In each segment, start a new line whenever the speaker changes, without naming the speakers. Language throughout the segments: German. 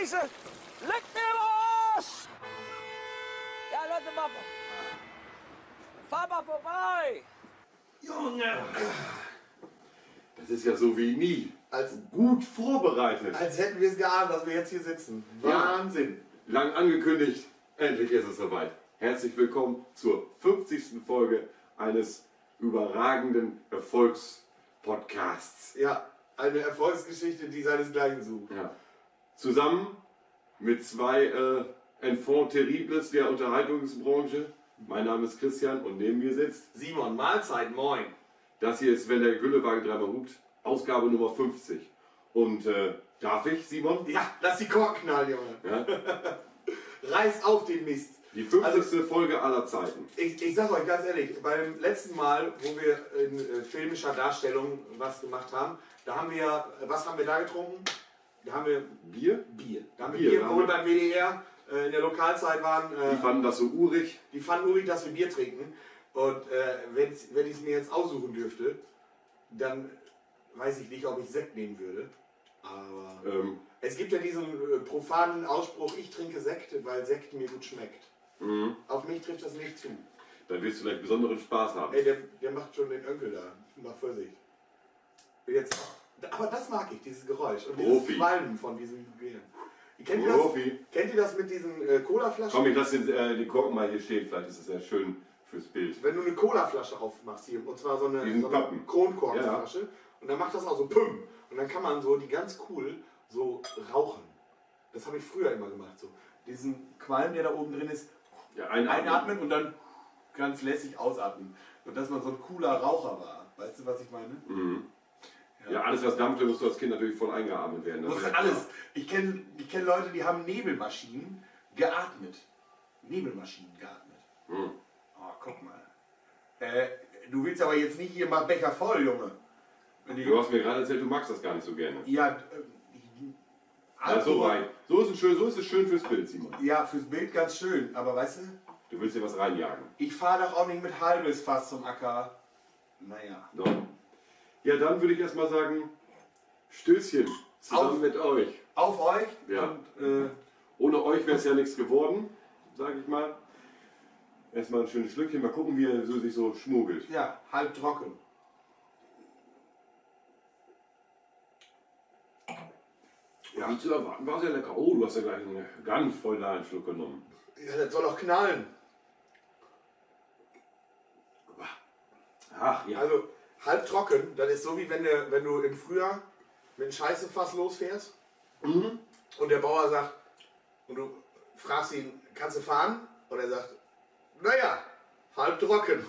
Scheiße! Leck mir am Arsch! Ja, Leute, mal. Fahr mal vorbei!
Junge! Das ist ja so wie nie. Als gut vorbereitet.
Als hätten wir es geahnt, dass wir jetzt hier sitzen. Wahnsinn.
Ja, lang angekündigt. Endlich ist es soweit. Herzlich willkommen zur 50. Folge eines überragenden Erfolgspodcasts.
Ja, eine Erfolgsgeschichte, die seinesgleichen sucht.
Ja. Zusammen mit zwei Enfants terribles der Unterhaltungsbranche. Mein Name ist Christian und neben mir sitzt
Simon, Mahlzeit, moin.
Das hier ist, wenn der Güllewagen dreimal hupt, Ausgabe Nummer 50. Und darf ich, Simon?
Ja, lass die Korken knallen, Junge.
Ja?
Reiß auf den Mist.
Die 50. Folge aller Zeiten.
Ich sag euch ganz ehrlich, beim letzten Mal, wo wir in filmischer Darstellung was gemacht haben, da haben wir, was haben wir da getrunken? Da haben wir
Bier?
Bier. Da haben wir Bier, wo wir beim WDR in der Lokalzeit waren.
Die fanden das so urig.
Die fanden urig, dass wir Bier trinken. Und wenn ich es mir jetzt aussuchen dürfte, dann weiß ich nicht, ob ich Sekt nehmen würde. Aber es gibt ja diesen profanen Ausspruch, ich trinke Sekt, weil Sekt mir gut schmeckt.
Mhm.
Auf mich trifft das nicht zu.
Dann wirst du vielleicht besonderen Spaß haben.
Ey, der macht schon den Onkel da. Mach Vorsicht. Jetzt, aber das mag ich, dieses Geräusch. Und dieses Qualmen von diesem Bier. Kennt ihr das mit diesen Colaflaschen?
Komm, ich lasse den Korken mal hier stehen, vielleicht ist das ja schön fürs Bild.
Wenn du eine Colaflasche aufmachst hier, und zwar so eine Kronkorkenflasche, ja. Und dann macht das auch so Püm. Und dann kann man so die ganz cool so rauchen. Das habe ich früher immer gemacht. So. Diesen Qualm, der da oben drin ist,
ja,
einatmen und dann ganz lässig ausatmen. Und dass man so ein cooler Raucher war. Weißt du, was ich meine?
Mhm. Ja, alles was dampfte, musst du als Kind natürlich voll eingeatmet werden.
Muss alles. Ich kenn Leute, die haben Nebelmaschinen geatmet.
Mhm.
Oh, guck mal. Du willst aber jetzt nicht hier mal Becher voll, Junge.
Du hast mir gerade erzählt, du magst das gar nicht so gerne.
Ja,
so rein. So ist es schön fürs Bild, Simon.
Ja, fürs Bild ganz schön, aber weißt du?
Du willst dir was reinjagen.
Ich fahre doch auch nicht mit halbes Fass zum Acker. Naja.
So. Ja, dann würde ich erstmal sagen, Stößchen zusammen mit euch.
Auf euch?
Ja.
Und,
ohne euch wäre es ja nichts geworden, sage ich mal. Erstmal ein schönes Schlückchen, mal gucken, wie er sich so schmuggelt.
Ja, halb trocken.
Ja, wie zu erwarten, war sehr lecker. Oh, du hast ja gleich einen ganz vollen Schluck genommen.
Ja, das soll auch knallen.
Ach ja.
Also, halb trocken, das ist so wie wenn du im Frühjahr mit einem Scheißefass losfährst und der Bauer sagt, und du fragst ihn, kannst du fahren? Und er sagt, naja, halb trocken.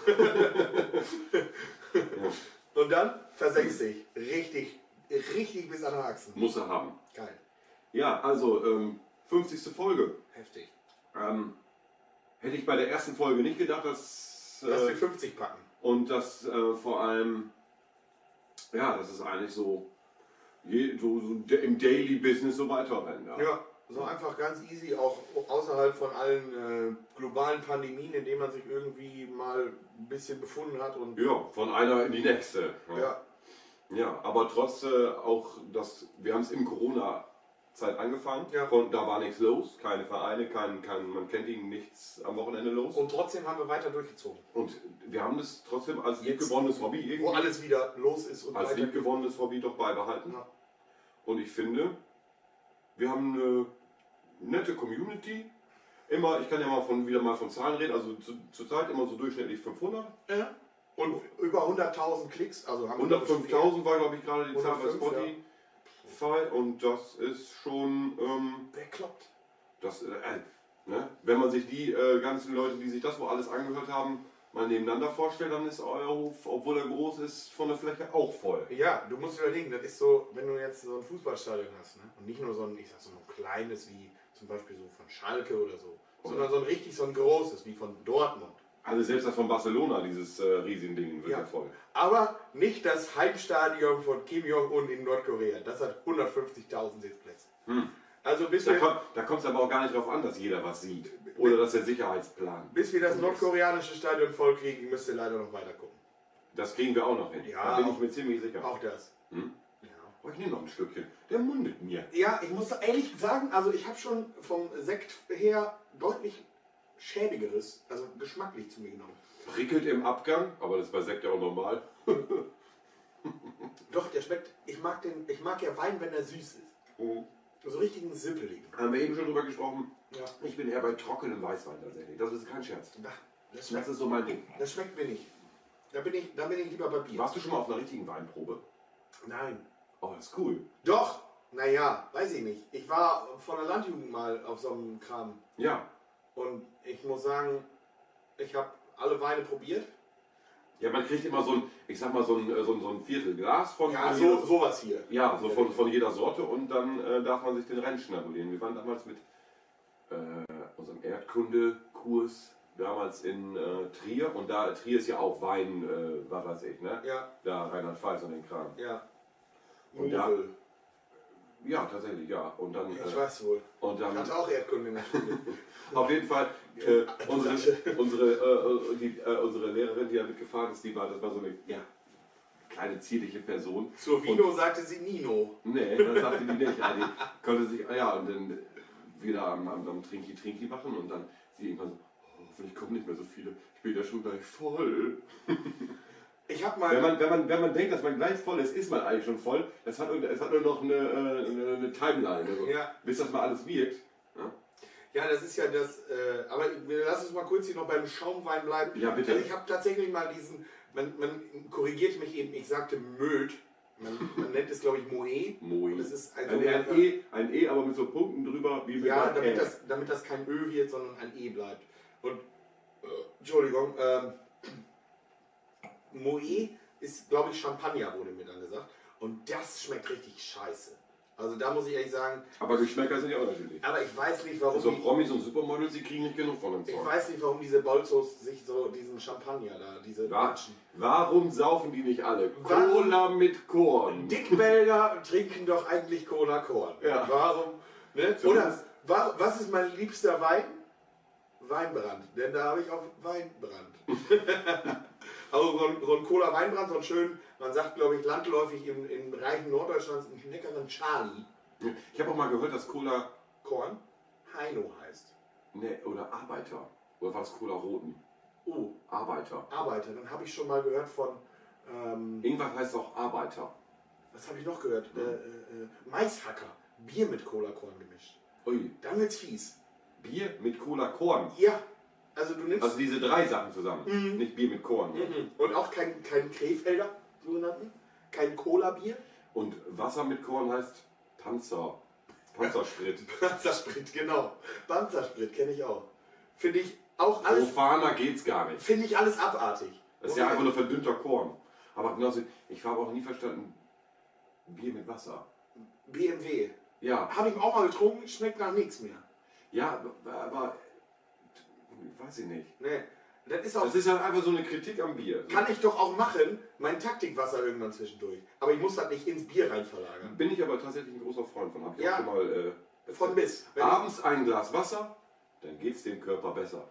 Und dann versenkst dich richtig bis an den Achsen.
Muss er haben.
Geil.
Ja, also 50. Folge.
Heftig.
Hätte ich bei der ersten Folge nicht gedacht, dass
wir 50 packen.
Und dass vor allem, ja, das ist eigentlich so im Daily Business so weiterrennen.
Ja, so einfach ganz easy, auch außerhalb von allen globalen Pandemien, in denen man sich irgendwie mal ein bisschen befunden hat. Und
ja, von einer in die nächste.
Ja.
Ja, aber trotz auch, wir haben es im Corona-Zeit angefangen,
ja.
Da war nichts los, keine Vereine, man kennt ihn, nichts am Wochenende los.
Und trotzdem haben wir weiter durchgezogen.
Und wir haben das trotzdem als liebgewonnenes Hobby irgendwie,
wo alles wieder los ist und
als liebgewonnenes Hobby doch beibehalten.
Ja.
Und ich finde, wir haben eine nette Community. Immer, ich kann ja wieder mal von Zahlen reden, also zurzeit immer so durchschnittlich 500.
Ja. Und über 100.000 Klicks, also haben
105.000 war, glaube ich, gerade die Zahl bei
105,
Spotify. Ja. Und das ist schon
bekloppt.
Ne? Wenn man sich die ganzen Leute, die sich das wo alles angehört haben, mal nebeneinander vorstellt, dann ist euer Hof, obwohl er groß ist, von der Fläche auch voll.
Ja, du musst überlegen, das ist so, wenn du jetzt so ein Fußballstadion hast, ne? Und nicht nur so ein, so ein kleines wie zum Beispiel so von Schalke oder so, sondern so ein großes wie von Dortmund.
Also selbst das von Barcelona, dieses Riesending wird ja voll.
Aber nicht das Heimstadion von Kim Jong-un in Nordkorea. Das hat 150.000 Sitzplätze. Also
da kommt es aber auch gar nicht darauf an, dass jeder was sieht. Oder dass der Sicherheitsplan.
Bis wir das nordkoreanische Stadion voll kriegen, müsst ihr leider noch weiter gucken.
Das kriegen wir auch noch hin.
Ja,
da bin ich mir ziemlich sicher.
Auch das.
Oh, ich nehme noch ein Stückchen. Der mundet mir.
Ja, ich muss ehrlich sagen, also ich habe schon vom Sekt her deutlich schäbigeres, also geschmacklich zu mir genommen.
Prickelt im Abgang, aber das ist bei Sekt ja auch normal.
Doch, der schmeckt, ich mag ja Wein, wenn er süß ist. So richtigen Sippeligen.
Haben wir eben schon drüber gesprochen.
Ja.
Ich bin eher bei trockenem Weißwein tatsächlich. Das ist kein Scherz.
Das
Das ist so mein Ding.
Das schmeckt mir nicht. Da bin ich lieber bei Bier.
Warst du schon mal auf einer richtigen Weinprobe?
Nein.
Oh, das ist cool.
Doch, naja, weiß ich nicht. Ich war von der Landjugend mal auf so einem Kram.
Ja.
Und ich muss sagen, ich habe alle Weine probiert.
Ja, man kriegt immer so ein, ich sag mal, so ein Viertelglas von
Ja,
jeder,
sowas hier.
ja, so von jeder Sorte und dann darf man sich den Rennen schnabulieren. Wir waren damals mit unserem Erdkundekurs damals in Trier und da Trier ist ja auch Wein, was weiß ich, ne?
Ja.
Da Rheinland-Pfalz und den Kram.
Ja.
Und da, ja, tatsächlich, ja. Und dann,
Ich weiß wohl.
und dann
Ich hatte auch Erdkunde in der Schule.
auf jeden Fall, unsere Lehrerin, die da mitgefahren ist, das war so eine kleine zierliche Person.
Zur Vino sagte sie Nino.
Nee, das sagte die nicht. Ja, die konnte sich, und dann wieder am Trinki machen und dann sie irgendwann so, hoffentlich kommen nicht mehr so viele, ich bin ja schon gleich voll.
Ich hab mal.
Wenn man denkt, dass man gleich voll ist, ist man eigentlich schon voll. Es hat nur noch eine Timeline, also, bis das mal alles wirkt.
Ja, das ist ja das, aber lass uns mal kurz hier noch beim Schaumwein bleiben.
Ja, bitte.
Also ich habe tatsächlich mal man korrigiert mich eben, ich sagte Möd. Man nennt es, glaube ich, Moe.
Moe.
Das ist
ein E, aber mit so Punkten drüber, wie mit
ja, damit das kein Ö wird, sondern ein E bleibt. Und, Entschuldigung, Moe ist, glaube ich, Champagner, wurde mir dann gesagt. Und das schmeckt richtig scheiße. Also da muss ich ehrlich sagen.
Aber Geschmäcker sind ja unterschiedlich.
Aber ich weiß nicht, warum.
So Promis und Supermodels, die kriegen nicht genug von dem Zeug.
Ich weiß nicht, warum diese Bolzos sich so diesen Champagner da, diese Batschen.
Warum saufen die nicht alle? Cola mit Korn.
Dickbelger trinken doch eigentlich Cola Korn.
Ja.
Warum? Ne?
So
Oder was ist mein liebster Wein? Weinbrand. Denn da habe ich auch Weinbrand. Also so ein Cola Weinbrand, so ein schön, man sagt, glaube ich, landläufig im reichen Norddeutschland einen leckeren Charlie.
Ich habe auch mal gehört, dass Cola
Korn Heino heißt.
Ne, oder Arbeiter. Oder war es Cola Roten?
Oh.
Arbeiter.
Arbeiter. Dann habe ich schon mal gehört von.
Irgendwas heißt auch Arbeiter.
Was habe ich noch gehört? Maishacker. Bier mit Cola Korn gemischt.
Ui.
Dann wird's fies.
Bier mit Cola Korn.
Ja. Also du nimmst.
Also diese drei Sachen zusammen. Nicht Bier mit Korn.
Und auch kein Krefelder, sogenannten. Kein Cola-Bier.
Und Wasser mit Korn heißt Panzersprit.
Panzersprit, genau. Panzersprit kenne ich auch. Finde ich auch alles.
Profaner geht's gar nicht.
Finde ich alles abartig.
Das ist ja einfach nur verdünnter Korn. Aber genauso, ich habe auch nie verstanden, Bier mit Wasser.
BMW.
Ja.
Habe ich auch mal getrunken, schmeckt nach nichts mehr.
Ja, aber weiß ich nicht.
Nee. Das ist auch.
Das ist ja einfach so eine Kritik am Bier.
Kann ich doch auch machen, mein Taktikwasser irgendwann zwischendurch. Aber ich muss das nicht ins Bier rein verlagern.
Bin ich aber tatsächlich ein großer Freund von. Hab ich
Ja.
auch schon mal
Von bis.
abends ein Glas Wasser, dann geht's dem Körper besser.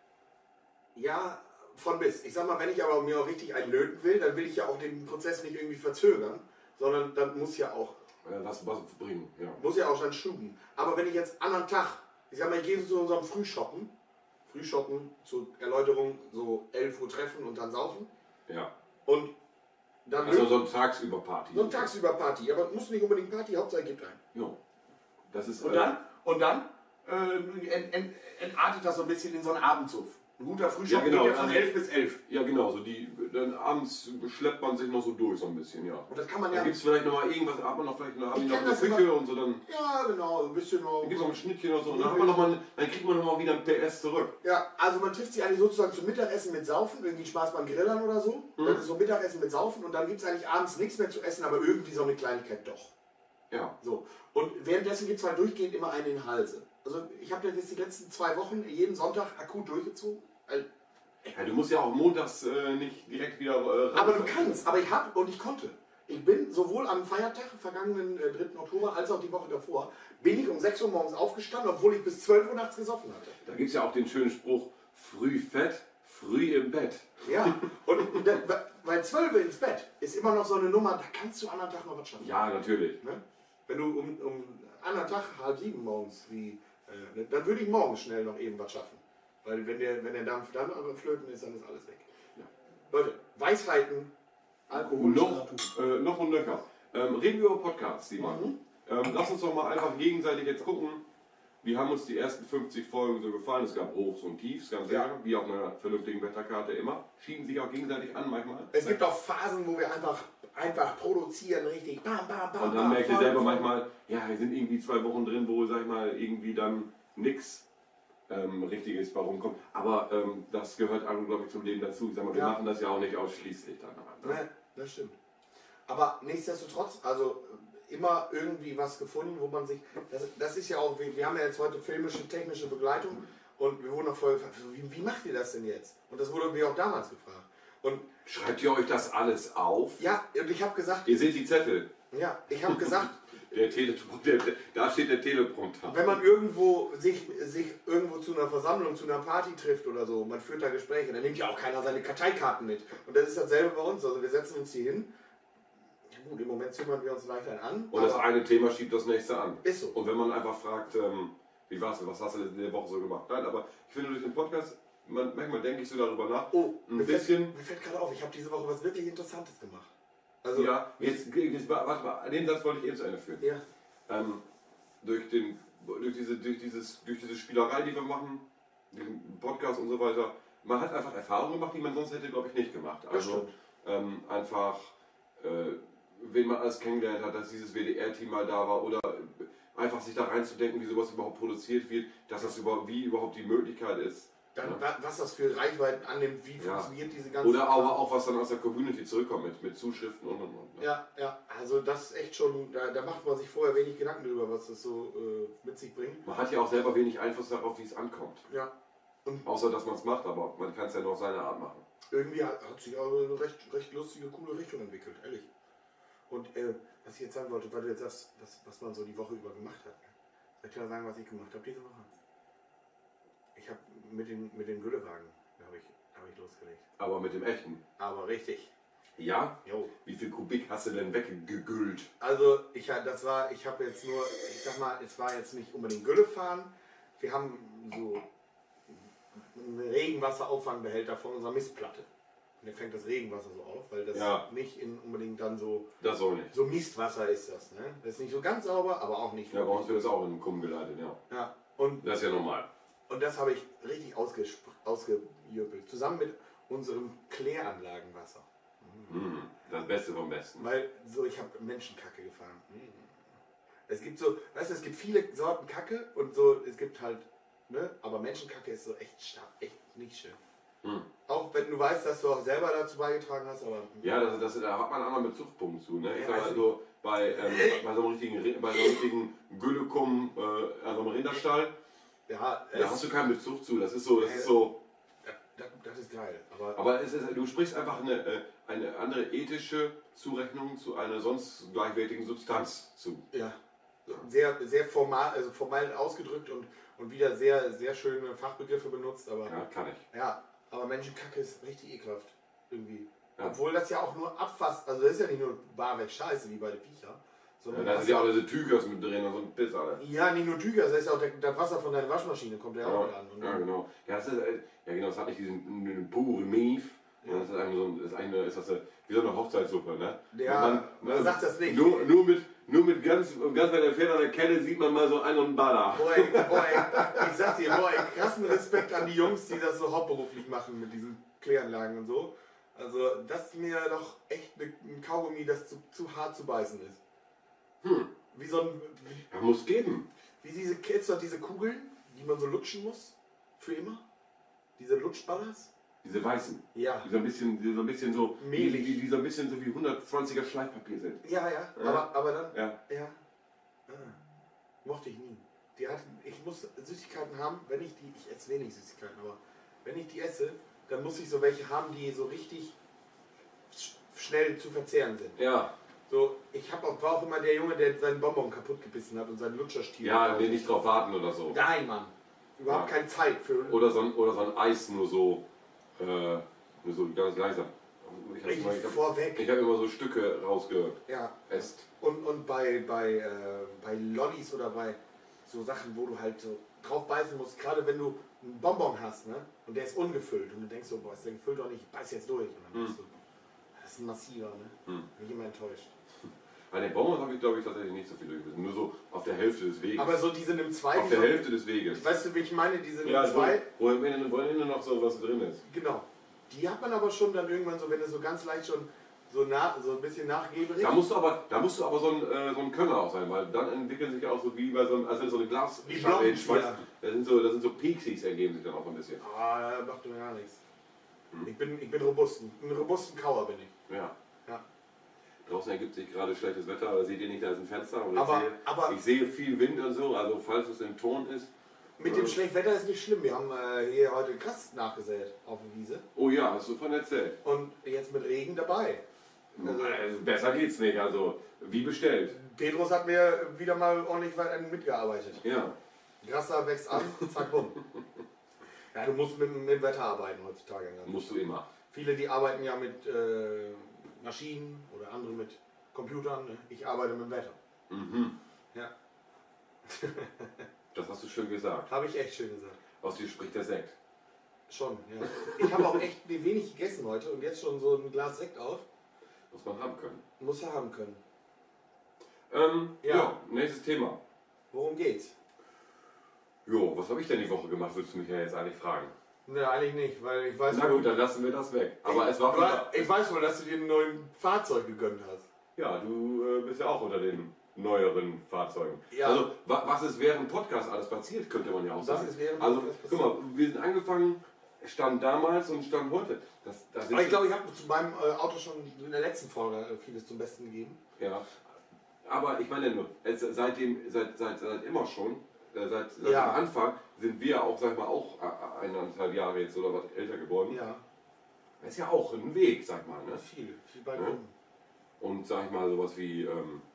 Ja, von bis. Ich sag mal, wenn ich aber mir auch richtig einen löten will, dann will ich ja auch den Prozess nicht irgendwie verzögern, sondern dann muss ja auch.
Was bringen, ja.
Muss ja auch dann schuben. Aber wenn ich jetzt an einem Tag, ich sag mal, ich gehe zu unserem Frühshoppen zur Erläuterung, so 11 Uhr treffen und dann saufen.
Ja.
Und dann
Also so ein Tagsüber-Party.
so eine Tagsüber-Party, aber muss nicht unbedingt Party, Hauptsache gibt ein.
Jo. Das ist,
Und dann entartet das so ein bisschen in so einen Abendsuff. Ein guter Frühstück
Ja, genau.
geht ja von 11 bis 11.
Ja, genau. So dann abends schleppt man sich noch so durch so ein bisschen, ja.
Und das kann man
Da
ja.
gibt es vielleicht noch mal irgendwas, hat man noch vielleicht noch,
Ich
noch
kenn
eine
das
Küche
immer.
und so, dann
Ja, genau, ein bisschen noch.
gibt es noch ein Schnittchen oder so. Und dann, hat man noch mal, dann kriegt man noch mal wieder ein PS zurück.
Ja, also man trifft sich eigentlich sozusagen zum Mittagessen mit Saufen, irgendwie Spaß beim Grillern oder so. Das ist so Mittagessen mit Saufen und dann gibt es eigentlich abends nichts mehr zu essen, aber irgendwie so eine Kleinigkeit doch.
Ja.
So. Und währenddessen gibt es halt durchgehend immer einen in den Halse. Also ich habe das jetzt die letzten 2 Wochen jeden Sonntag akut durchgezogen.
Ja, du musst ja auch montags nicht direkt wieder
Aber du kannst, aber ich konnte. Ich bin sowohl am Feiertag, vergangenen 3. Oktober, als auch die Woche davor, bin ich um 6 Uhr morgens aufgestanden, obwohl ich bis 12 Uhr nachts gesoffen hatte.
Da gibt es ja auch den schönen Spruch, früh fett, Früh im Bett.
Ja, und weil 12 ins Bett ist immer noch so eine Nummer, da kannst du anderen Tag noch was schaffen.
Ja, natürlich.
Ne? Wenn du um anderen Tag 6:30 morgens, dann würde ich morgens schnell noch eben was schaffen. Weil wenn der Dampf dann aber flöten ist, dann ist alles weg. Ja. Leute, Weisheiten, Alkohol,
noch und nöcher. Reden wir über Podcasts, Simon. Lass uns doch mal einfach gegenseitig jetzt gucken. Wie haben uns die ersten 50 Folgen so gefallen? Es gab Hochs und Tiefs, ganz klar, wie auf einer vernünftigen Wetterkarte immer. Schieben sich auch gegenseitig an manchmal.
Es gibt auch Phasen, wo wir einfach produzieren, richtig bam, bam, bam.
Und dann merkt ihr selber manchmal, ja, wir sind irgendwie 2 Wochen drin, wo, sag ich mal, irgendwie dann nichts Richtiges bei rumkommt. Aber das gehört, glaube ich, zum Leben dazu. Ich sag mal, wir machen das ja auch nicht ausschließlich dann.
Ne, das stimmt. Aber nichtsdestotrotz, also immer irgendwie was gefunden, wo man sich, das ist ja auch, wir haben ja jetzt heute filmische, technische Begleitung und wir wurden auch vorher gefragt, wie macht ihr das denn jetzt? Und das wurde mir auch damals gefragt. Und
schreibt ihr euch das alles auf?
Ja, und ich habe gesagt...
Ihr seht die Zettel.
Ja, ich habe gesagt...
Da steht der Teleprompter.
Wenn man irgendwo sich irgendwo zu einer Versammlung, zu einer Party trifft oder so, man führt da Gespräche, dann nimmt ja auch keiner seine Karteikarten mit. Und das ist dasselbe bei uns. Also wir setzen uns hier hin. Ja gut, im Moment zimmern wir uns leicht an.
Und das eine Thema schiebt das nächste an.
Ist so.
Und wenn man einfach fragt, wie war's denn, was hast du in der Woche so gemacht? Nein, aber ich finde durch den Podcast, manchmal denke ich so darüber nach.
Oh,
mir fällt
gerade auf, ich habe diese Woche was wirklich Interessantes gemacht. Also,
ja, jetzt warte mal, den Satz wollte ich eben zu Ende führen.
Ja.
Durch diese Spielerei, die wir machen, den Podcast und so weiter, man hat einfach Erfahrungen gemacht, die man sonst hätte, glaube ich, nicht gemacht. Also einfach, wen man alles kennengelernt hat, dass dieses WDR-Team mal da war oder einfach sich da reinzudenken, wie sowas überhaupt produziert wird, dass das wie überhaupt die Möglichkeit ist.
Dann, was das für Reichweiten annimmt, wie funktioniert diese ganze...
Oder aber auch, was dann aus der Community zurückkommt mit Zuschriften und. Ne?
Ja, also das ist echt schon, da macht man sich vorher wenig Gedanken drüber, was das so mit sich bringt.
Man hat ja auch selber wenig Einfluss darauf, wie es ankommt.
Ja.
Und außer, dass man es macht, aber man kann es ja noch auf seine Art machen.
Irgendwie hat sich auch eine recht lustige, coole Richtung entwickelt, ehrlich. Und was ich jetzt sagen wollte, weil du jetzt sagst, was man so die Woche über gemacht hat. Soll ich dir mal sagen, was ich gemacht habe diese Woche? Ich habe mit dem Güllewagen, hab ich losgelegt.
Aber mit dem echten?
Aber richtig.
Ja?
Jo.
Wie viel Kubik hast du denn weggegüllt?
Also, ich habe jetzt nur, ich sag mal, es war jetzt nicht unbedingt Güllefahren. Wir haben so einen Regenwasserauffangbehälter von unserer Mistplatte. Und der fängt das Regenwasser so auf, weil das nicht unbedingt dann so...
Das auch nicht.
So Mistwasser ist das, ne? Das ist nicht so ganz sauber, aber auch nicht...
Ja, bei uns wird das auch in den Kumm geleitet, ja.
Ja. Und
das ist ja normal.
Und das habe ich richtig ausgejürpelt. Zusammen mit unserem Kläranlagenwasser.
Das Beste vom Besten.
Weil so, ich habe Menschenkacke gefahren. Es gibt so, weißt du, es gibt viele Sorten Kacke und so, es gibt halt, ne, aber Menschenkacke ist so echt stark, echt nicht schön. Auch wenn du weißt, dass du auch selber dazu beigetragen hast, aber...
Ja, da hat man einen anderen Bezugspunkt zu, ne? Ich sag mal so, bei so einem richtigen Güllekumm, also einem Rinderstall, da hast du keinen Bezug zu, das ist so...
Das ist geil.
Aber du sprichst einfach eine andere ethische Zurechnung zu einer sonst gleichwertigen Substanz zu.
Ja, sehr, sehr formal ausgedrückt und wieder sehr, sehr schöne Fachbegriffe benutzt. Aber,
ja, kann ich.
Ja, aber Menschenkacke ist richtig ekelhaft. Irgendwie. Ja. Obwohl das ja auch nur abfasst, also das ist ja nicht nur barweg Scheiße wie bei den Viecher.
Da sind ja auch diese Tüchers mit drin und so ein Piss, Alter.
Ja, nicht nur Tücher, das heißt auch das Wasser von deiner Waschmaschine kommt ja auch an.
Ja, genau. Ja, das hat nicht diesen pure Mief. Ja. Das ist wie so eine Hochzeitssuppe, ne?
Ja, man sagt das nicht.
Nur mit ganz weit entfernt an der Kelle sieht man mal so einen Baller.
Boah, ich sag dir, krassen Respekt an die Jungs, die das so hauptberuflich machen mit diesen Kläranlagen und so. Also, das ist mir doch echt ein Kaugummi, das zu hart zu beißen ist. Wie so ein...
muss geben.
Wie kennst du diese Kugeln, die man so lutschen muss? Für immer? Diese Lutschballers?
Diese weißen.
Ja.
Die so ein bisschen so...
Mehlig.
Die so ein bisschen so wie 120er Schleifpapier sind.
Ja. Aber dann...
Ja.
Mochte ich nie. Ich muss Süßigkeiten haben, ich esse wenig Süßigkeiten, aber wenn ich die esse, dann muss ich so welche haben, die so richtig schnell zu verzehren sind.
Ja.
So, war auch immer der Junge, der seinen Bonbon kaputt gebissen hat und seinen Lutscherstiel.
Ja, will nicht drauf warten oder so.
Nein, Mann. Überhaupt keine Zeit für...
Oder so ein Eis nur so Nur so ganz leiser. Ich habe immer so Stücke rausgeäst.
Ja. Und bei Lollis oder bei so Sachen, wo du halt so drauf beißen musst, gerade wenn du einen Bonbon hast, ne? Und der ist ungefüllt und du denkst so, boah, ist der gefüllt oder nicht, ich beiß jetzt durch. Und dann bist du, das ist ein massiver, ne? Bin ich immer enttäuscht.
Bei den Bonbons habe ich, glaube ich, tatsächlich nicht so viel durchgebissen. Nur so auf der Hälfte des Weges.
Aber so die sind im Zweiten.
Auf der Hälfte des Weges.
Weißt du, wie ich meine? Die sind
ja,
im Zweiten.
Wo am Ende noch so was drin ist.
Genau. Die hat man aber schon dann irgendwann so, wenn du so ganz leicht schon so ein bisschen nachgeberig.
Da musst du aber so ein Könner auch sein, weil dann entwickeln sich auch so wie bei so einem, als wenn so eine Glasschale hinschmeißt. Da sind so Pixies ergeben sich dann auch ein bisschen.
Ah, macht mir gar nichts. Ich bin robust. Ein robusten Kauer bin ich.
Ja.
Ja.
Draußen ergibt sich gerade schlechtes Wetter, aber seht ihr nicht, da ist ein Fenster und ich sehe viel Wind und so, also falls es im Ton ist.
Mit dem schlechten Wetter ist nicht schlimm. Wir haben hier heute Gras nachgesät auf der Wiese.
Oh ja, hast du von erzählt.
Und jetzt mit Regen dabei.
Also besser geht's nicht, also wie bestellt.
Petrus hat mir wieder mal ordentlich mitgearbeitet.
Ja.
Gras da wächst an, zack, bumm. Ja, du musst mit dem Wetter arbeiten heutzutage.
Musst du immer.
Viele, die arbeiten ja mit Maschinen oder andere mit Computern. Ne? Ich arbeite mit dem Wetter.
Mhm.
Ja.
Das hast du schön gesagt.
Habe ich echt schön gesagt.
Aus dir spricht der Sekt.
Schon, ja. Ich habe auch echt wenig gegessen heute und jetzt schon so ein Glas Sekt auf.
Muss man haben können.
Muss er haben können.
Ja, nächstes Thema.
Worum geht's?
Jo, was habe ich denn die Woche gemacht, würdest du mich ja jetzt eigentlich fragen.
Ne, eigentlich nicht, weil ich weiß...
Na gut, dann lassen wir das weg. Aber es war...
Ich weiß wohl, dass du dir ein neues Fahrzeug gegönnt hast.
Ja, du bist ja auch unter den neueren Fahrzeugen.
Ja.
Also, was ist während Podcast alles passiert, könnte man ja auch sagen. Also, guck mal, wir sind angefangen, stand damals und stand heute.
Aber ich glaube, ich habe zu meinem Auto schon in der letzten Folge vieles zum Besten gegeben.
Ja. Aber ich meine nur, seit immer schon, seit dem Anfang sind wir auch, sag ich mal, auch 1,5 Jahre jetzt oder was älter geworden.
Ja.
Das ist ja auch ein Weg, sag mal. Ne?
Viel bei
ja? Und sag ich mal, sowas wie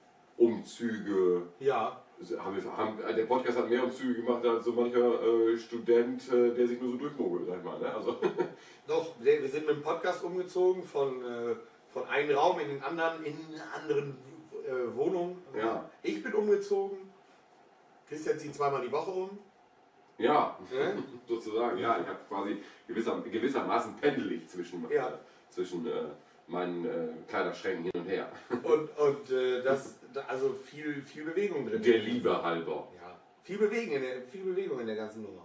Umzüge.
Ja.
Der Podcast hat mehr Umzüge gemacht als so mancher Student, der sich nur so durchmogelt, sag ich mal. Ne? Also
Doch, wir sind mit dem Podcast umgezogen von einem Raum in den anderen, in anderen Wohnungen.
Ja.
Ich bin umgezogen. Christian zieht zweimal die Woche um.
Ja, sozusagen. Ja, ich habe quasi gewissermaßen pendel ich zwischen meinen Kleiderschränken hin und her. Und
also viel Bewegung drin.
Der Liebe halber.
Ja, viel Bewegung in der ganzen Nummer.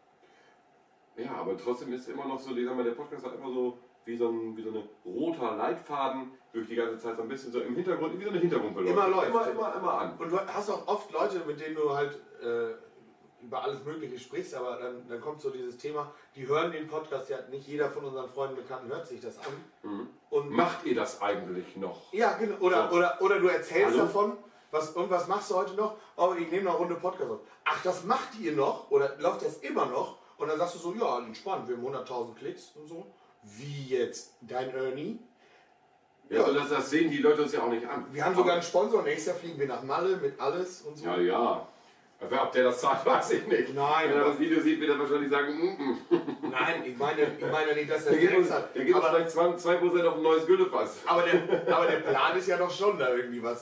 Ja, aber trotzdem ist immer noch so, ich sag mal, der Podcast hat immer so wie so ein roter Leitfaden durch die ganze Zeit so ein bisschen so im Hintergrund, wie so eine Hintergrundbeleuchtung.
Immer läuft.
Immer an.
Und du hast auch oft Leute, mit denen du halt über alles Mögliche sprichst, aber dann kommt so dieses Thema, die hören den Podcast ja, nicht jeder von unseren Freunden, Bekannten hört sich das an.
Mhm. Und macht ihr das eigentlich noch?
Ja, genau. Oder du erzählst davon, was machst du heute noch? Oh, ich nehme noch eine Runde Podcast auf. Ach, das macht ihr noch? Oder läuft das immer noch? Und dann sagst du so, ja, entspannt, wir haben 100.000 Klicks und so. Wie jetzt? Dein Ernie?
Ja, so das sehen die Leute uns ja auch nicht an.
Wir haben sogar einen Sponsor, nächstes Jahr fliegen wir nach Malle mit alles und so.
Ja. Ob der das zahlt, weiß ich nicht.
Nein.
Wenn er das Video sieht, wird er wahrscheinlich sagen,
Nein, ich meine nicht, dass
der gibt uns vielleicht 2% auf ein neues Güllefass.
Aber der Plan ist ja doch schon da irgendwie was.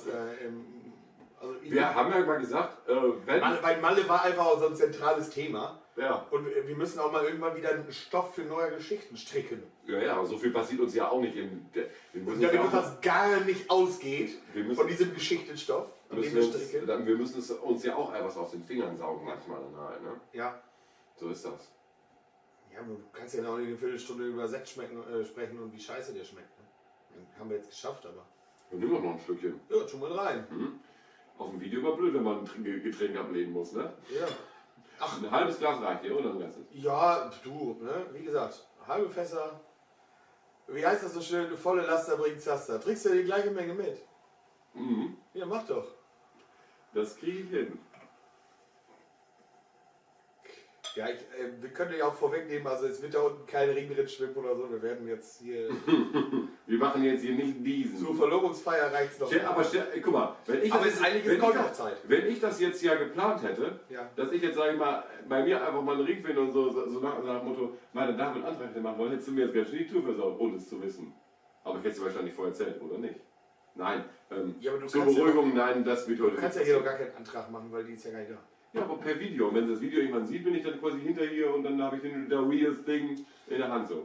Wir haben ja mal gesagt,
weil Malle war einfach auch so ein zentrales Thema.
Ja.
Und wir müssen auch mal irgendwann wieder einen Stoff für neue Geschichten stricken.
Ja, aber so viel passiert uns ja auch nicht.
Damit das gar nicht ausgeht von diesem Geschichtenstoff.
Wir müssen uns ja auch etwas aus den Fingern saugen manchmal. Ne?
Ja.
So ist das.
Ja, du kannst ja noch nicht eine Viertelstunde über Sekt sprechen und wie scheiße der schmeckt. Ne? Den haben wir jetzt geschafft, aber.
Wir nehmen doch noch ein Stückchen.
Ja, tun wir rein.
Mhm. Auf dem Video war blöd, wenn man ein Getränk ablehnen muss, ne?
Ja.
Ach, ein halbes Glas reicht dir, oder?
Ja, du, ne? Wie gesagt, halbe Fässer. Wie heißt das so schön? Volle Laster bringt Zaster. Trinkst du die gleiche Menge mit?
Mhm.
Ja, mach doch.
Das kriege ich hin.
Ja, wir können ja auch vorwegnehmen, also es wird da unten kein Ringritt schwimmen oder so. Wir werden jetzt hier.
Wir machen jetzt hier nicht diesen.
Zur Verlobungsfeier reicht es noch.
Guck mal, wenn ich das jetzt ja geplant hätte, dass ich jetzt, sage ich mal, bei mir einfach mal einen Ring finde und so nach dem Motto, meine Damen und Antrag machen wollen, hättest du mir jetzt ganz schön die Tour versaut, ohne es zu wissen. Aber ich hätte es wahrscheinlich vorher erzählt, oder nicht? Nein. Zur Beruhigung, nein, das wird heute nicht.
Du kannst ja hier noch gar keinen Antrag machen, weil die ist ja gar nicht da.
Ja, aber per Video. Und wenn das Video jemand sieht, bin ich dann quasi hinter hier und dann habe ich den real thing in der Hand so.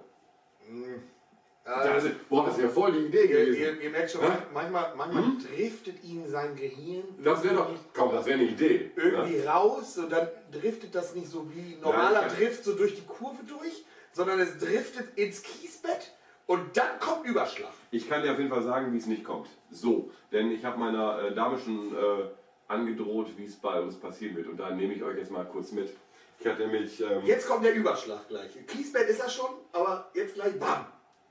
Das ist ja voll die Idee gewesen.
Ihr merkt schon, manchmal driftet ihm sein Gehirn.
Das wäre doch, komm, das wäre eine Idee.
Irgendwie raus und dann driftet das nicht so wie normaler Drift so durch die Kurve durch, sondern es driftet ins Kiesbett und dann kommt Überschlag.
Ich kann dir auf jeden Fall sagen, wie es nicht kommt. So, denn ich habe meiner Dame schon angedroht, wie es bei uns passieren wird. Und da nehme ich euch jetzt mal kurz mit. Ich hatte nämlich...
jetzt kommt der Überschlag gleich. Kiesbett ist er schon, aber jetzt gleich BAM!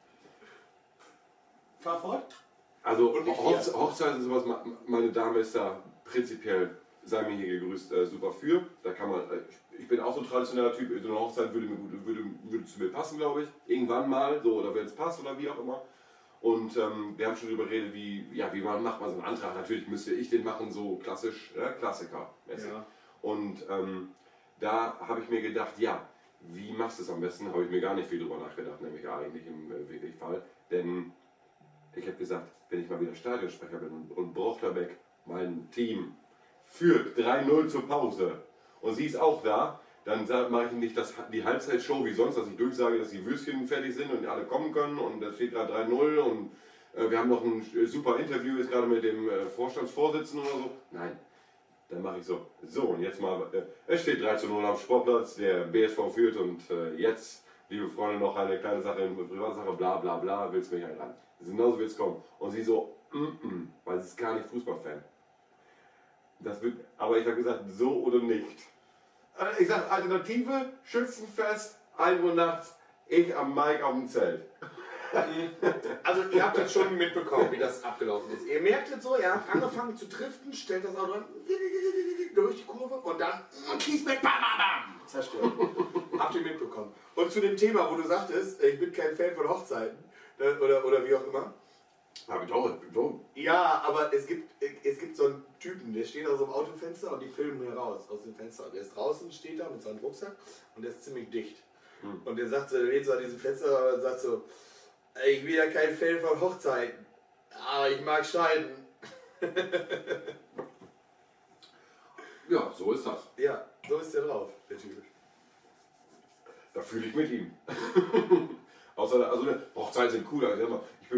Fahr fort.
Also Hochzeit ist sowas, meine Dame ist da prinzipiell, sei mir hier gegrüßt, super für. Da kann man, ich bin auch so ein traditioneller Typ, so eine Hochzeit würde zu mir passen, glaube ich. Irgendwann mal, so, oder wenn es passt oder wie auch immer. Und wir haben schon darüber geredet, wie macht man so einen Antrag. Natürlich müsste ich den machen, so klassisch, Klassiker. Ja. Und da habe ich mir gedacht, ja, wie machst du es am besten? Habe ich mir gar nicht viel drüber nachgedacht, nämlich eigentlich im wirklichen Fall. Denn ich habe gesagt, wenn ich mal wieder Stadionsprecher bin und Brochterbeck, mein Team, führt 3-0 zur Pause und sie ist auch da, dann mache ich nicht die Halbzeitshow wie sonst, dass ich durchsage, dass die Würstchen fertig sind und alle kommen können und da steht gerade 3-0 und wir haben noch ein super Interview jetzt gerade mit dem Vorstandsvorsitzenden oder so. Nein, dann mache ich so und jetzt mal, es steht 3-0 am Sportplatz, der BSV führt und jetzt, liebe Freunde, noch eine kleine Sache, eine Privatsache, bla bla bla, willst du mich einladen. Genauso wird es kommen. Und sie so, weil sie ist gar nicht Fußballfan. Aber ich habe gesagt, so oder nicht. Ich sage, Alternative, Schützenfest, 1 Uhr nachts, ich am Mike auf dem Zelt.
Also ihr habt jetzt schon mitbekommen, wie das abgelaufen ist. Ihr merkt jetzt so, er hat angefangen zu driften, stellt das Auto an, durch die Kurve und dann Kiesbett, bam, bam, bam, zerstört. Habt ihr mitbekommen. Und zu dem Thema, wo du sagtest, ich bin kein Fan von Hochzeiten, oder wie auch immer.
Hab ich doch.
Ja, aber es gibt so einen Typen, der steht aus so einem Autofenster und die filmen hier raus aus dem Fenster. Der ist draußen, steht da mit seinem Rucksack und der ist ziemlich dicht. Und der sagt so, der lädt so an diesem Fenster und sagt so, ich bin ja kein Fan von Hochzeiten, aber ich mag Scheiden.
Ja, so ist das.
Ja, so ist der drauf, der Typ.
Da fühle ich mit ihm. Also Hochzeiten sind cool, also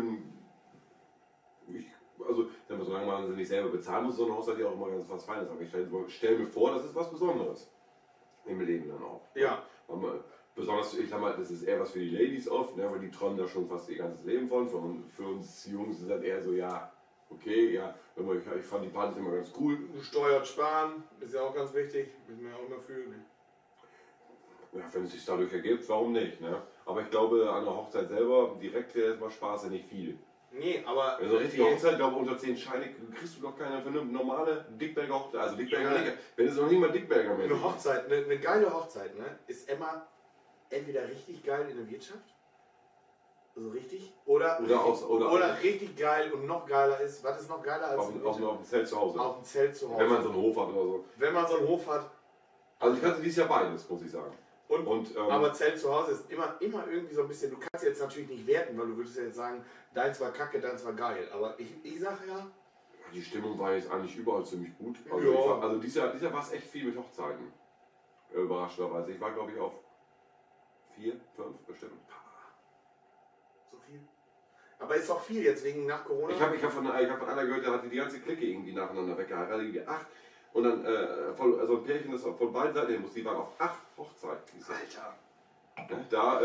solange man sie nicht selber bezahlen muss, so eine Hochzeit ja auch immer ganz was Feines. Aber ich stell mir vor, das ist was Besonderes. Im Leben dann auch.
Ja.
Besonders, ich sag mal, das ist eher was für die Ladies oft, ne, weil die träumen da schon fast ihr ganzes Leben von. Für uns Jungs ist das eher so, ja, okay, ja, ich fand die Partys immer ganz cool.
Steuern sparen, ist ja auch ganz wichtig, müssen wir ja auch immer fühlen. Ne?
Ja, wenn es sich dadurch ergibt, warum nicht, ne? Aber ich glaube, an der Hochzeit selber, direkt erstmal Spaß ja nicht viel.
Nee, aber...
Also eine richtige Hochzeit, glaube unter 10 Scheine kriegst du doch keine normale Dickberger Hochzeit. Also Dickberger, ja. Wenn es noch nicht mal Dickberger mehr ist.
Eine Hochzeit, eine geile Hochzeit, ne, ist immer entweder richtig geil in der Wirtschaft, also richtig, oder richtig geil und noch geiler ist, was ist noch geiler als
auf dem Zelt zu Hause.
Auf dem Zelt zu Hause.
Wenn man so einen Hof hat oder so.
Wenn man so einen Hof hat.
Also ich hatte dieses Jahr beides, muss ich sagen.
Aber Zelt zu Hause ist immer irgendwie so ein bisschen, du kannst jetzt natürlich nicht werten, weil du würdest ja jetzt sagen, deins war kacke, deins war geil. Aber ich sage ja...
Die Stimmung war jetzt eigentlich überall ziemlich gut.
Also,
dieses Jahr war es echt viel mit Hochzeiten. Überraschenderweise. Ich war glaube ich auf 4, 5 bestimmt.
So viel? Aber ist doch viel jetzt wegen nach Corona?
Ich hab von einer gehört, der hatte die ganze Clique irgendwie nacheinander weggeheiratet. Irgendwie 8. Und dann also ein Pärchen, das von beiden Seiten hin muss, die waren auf 8 Hochzeiten.
Alter!
Da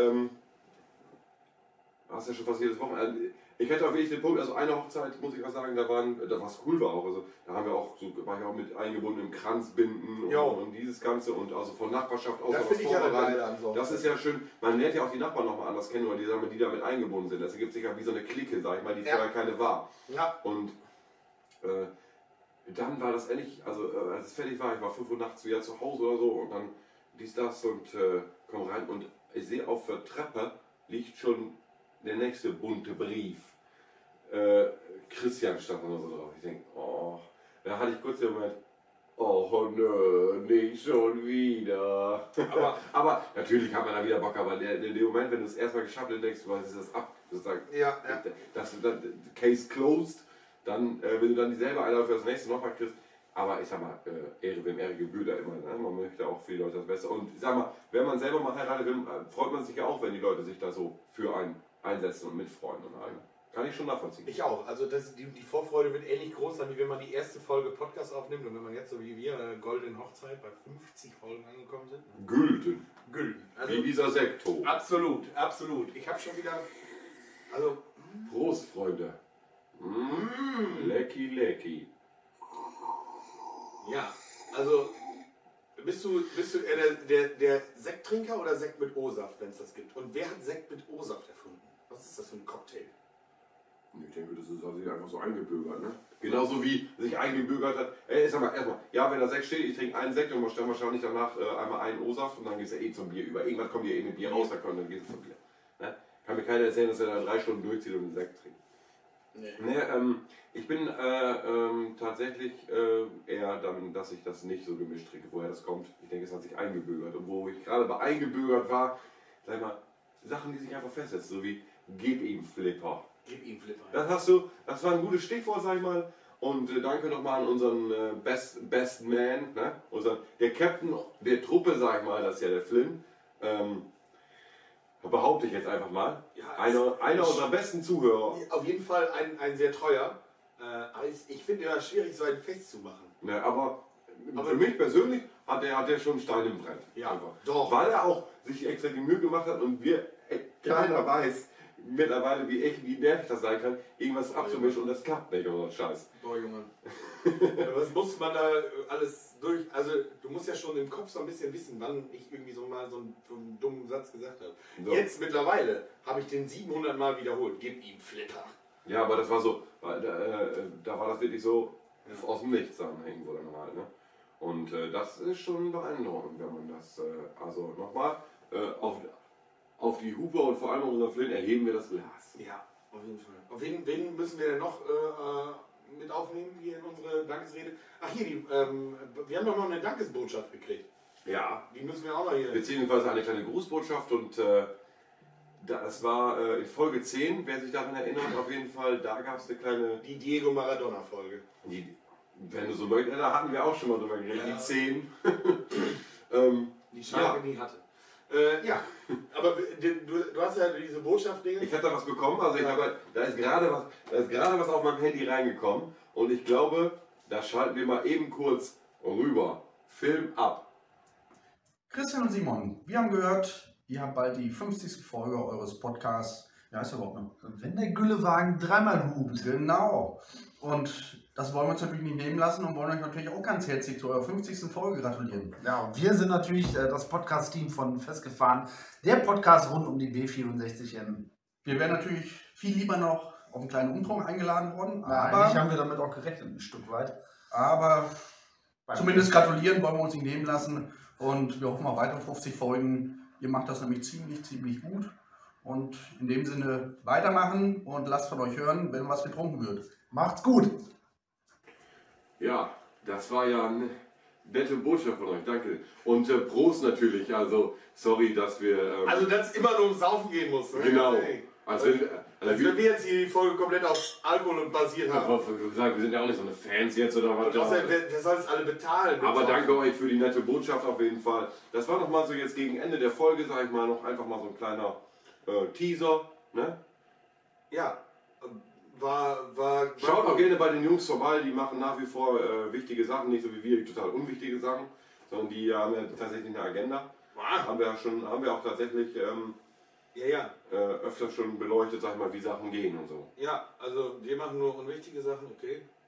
hast du ja schon fast jedes Wochenende. Ich hätte auch wirklich den Punkt, also eine Hochzeit, muss ich auch sagen, da was cool war auch. Also da war ich auch mit eingebunden im Kranzbinden und dieses Ganze und also von Nachbarschaft aus.
Das finde ich ja eine geile Antwort.
Das ist ja schön. Man lernt ja auch die Nachbarn nochmal anders kennen, weil die damit eingebunden sind. Das ergibt sich ja wie so eine Clique, sag ich mal, die vorher keine war.
Ja.
Und dann war das endlich, also als es fertig war, ich war 5 Uhr nachts wieder zu Hause oder so und dann dies, das und komm rein und ich sehe auf der Treppe liegt schon der nächste bunte Brief. Christian stand da so drauf. Ich denke, oh, da hatte ich kurz den Moment, oh nö, nicht schon wieder. aber natürlich hat man da wieder Bock, aber in dem Moment, wenn du es erstmal geschafft hast, denkst du, was ist das ab? Sozusagen, das Case closed, dann, wenn du dann dieselbe Einladung für das nächste nochmal kriegst. Aber ich sag mal, Ehre wem Ehre gebührt da immer, ne? Man möchte auch für die Leute das Beste. Und ich sag mal, wenn man selber mal heiratet, freut man sich ja auch, wenn die Leute sich da so für einen einsetzen und mitfreuen und allem. Kann ich schon nachvollziehen.
Ich auch. Also die Vorfreude wird ähnlich groß sein, wie wenn man die erste Folge Podcast aufnimmt und wenn man jetzt so wie wir Golden Hochzeit bei 50 Folgen angekommen sind.
Gülden.
Also,
wie dieser Sektor.
Absolut. Ich habe schon wieder... Also...
Prost, Freunde. Lecky.
Ja, also... Bist du eher der Sekttrinker oder Sekt mit O-Saft, wenn es das gibt? Und wer hat Sekt mit O-Saft erfunden? Was ist das für ein Cocktail?
Ich denke, das ist sich einfach so eingebürgert, ne? Genauso wie sich eingebürgert hat. Sag mal, erstmal, ja, wenn da Sekt steht, ich trinke einen Sekt und dann wahrscheinlich danach einmal einen O-Saft und dann geht es ja eh zum Bier über. Irgendwann kommt ja eh mit Bier raus, dann geht es zum Bier. Ne? Kann mir keiner erzählen, dass er da 3 Stunden durchzieht und einen Sekt trinkt. Nee. Ne, ich bin tatsächlich eher dann, dass ich das nicht so gemischt trinke, woher das kommt. Ich denke, es hat sich eingebürgert. Und wo ich gerade bei eingebürgert war, sag mal, Sachen, die sich einfach festsetzen, so wie gib ihm Flipper. Das war ein gutes Stichwort, sag ich mal. Und danke nochmal an unseren Best Man, ne? Der Captain der Truppe, sag ich mal, das ist ja der Flynn. Behaupte ich jetzt einfach mal. Ja, einer unserer besten Zuhörer.
Auf jeden Fall ein sehr treuer. Aber ich finde es schwierig, so ein Fest zu machen.
Ne, aber für mich persönlich hat er schon Stein im Brett.
Ja,
einfach.
Doch.
Weil er auch sich extra die Mühe gemacht hat und keiner weiß mittlerweile, wie nervig das sein kann, irgendwas abzumischen und das klappt nicht oder Scheiß.
Boah, Junge. Was muss man da alles durch? Also, du musst ja schon im Kopf so ein bisschen wissen, wann ich irgendwie so mal so einen dummen Satz gesagt habe. So. Jetzt mittlerweile habe ich den 700 Mal wiederholt. Gib ihm Flipper.
Ja, aber das war so, da war das wirklich so aus dem Nichts dann irgendwo dann halt. Ne? Und das ist schon beeindruckend, wenn man das, also nochmal, auf die Hupe und vor allem auf unseren Flynn erheben wir das Glas.
Ja, auf jeden Fall. Auf wen müssen wir denn noch mit aufnehmen hier in unsere Dankesrede? Ach hier, wir haben doch noch eine Dankesbotschaft gekriegt.
Ja.
Die müssen wir auch noch hier.
Beziehungsweise eine kleine Grußbotschaft und das war in Folge 10, wer sich daran erinnert, auf jeden Fall, da gab es eine kleine...
Die Diego Maradona-Folge.
Wenn du so möchtest, da hatten wir auch schon mal drüber geredet, ja. Die 10.
Die Schalke nie hatte. Ja, aber du hast ja diese Botschaft-Dinge.
Ich habe da was bekommen, also da ist gerade was auf meinem Handy reingekommen und ich glaube, da schalten wir mal eben kurz rüber. Film ab.
Christian und Simon, wir haben gehört, ihr habt bald die 50. Folge eures Podcasts. Ja, ist ja überhaupt noch.
Wenn der Güllewagen dreimal hupt.
Genau. Und das wollen wir uns natürlich nicht nehmen lassen und wollen euch natürlich auch ganz herzlich zu eurer 50. Folge gratulieren.
Ja, und wir sind natürlich das Podcast-Team von Festgefahren, der Podcast rund um die B64M.
Wir wären natürlich viel lieber noch auf einen kleinen Umtrunk eingeladen worden.
Aber eigentlich haben wir damit auch gerechnet, ein Stück weit.
Aber zumindest gratulieren wollen wir uns nicht nehmen lassen und wir hoffen auf weitere 50 Folgen. Ihr macht das nämlich ziemlich gut. Und in dem Sinne weitermachen und lasst von euch hören, wenn was getrunken wird.
Macht's gut!
Ja, das war ja eine nette Botschaft von euch, danke. Und Prost natürlich, also sorry, dass wir...
also dass es immer nur ums Saufen gehen muss. Ne?
Genau.
Also wenn wir jetzt die Folge komplett auf Alkohol und basiert haben.
Wir sind ja auch nicht so eine Fans jetzt oder was.
Wer soll es alle bezahlen?
Aber danke euch für die nette Botschaft auf jeden Fall. Das war nochmal so jetzt gegen Ende der Folge, sag ich mal, noch einfach mal so ein kleiner Teaser. Ne?
Ja.
Schaut auch gerne bei den Jungs vorbei, die machen nach wie vor wichtige Sachen, nicht so wie wir, total unwichtige Sachen, sondern die haben ja tatsächlich eine Agenda. Haben wir auch tatsächlich öfter schon beleuchtet, sag ich mal, wie Sachen gehen und so.
Ja, also wir machen nur unwichtige Sachen, okay.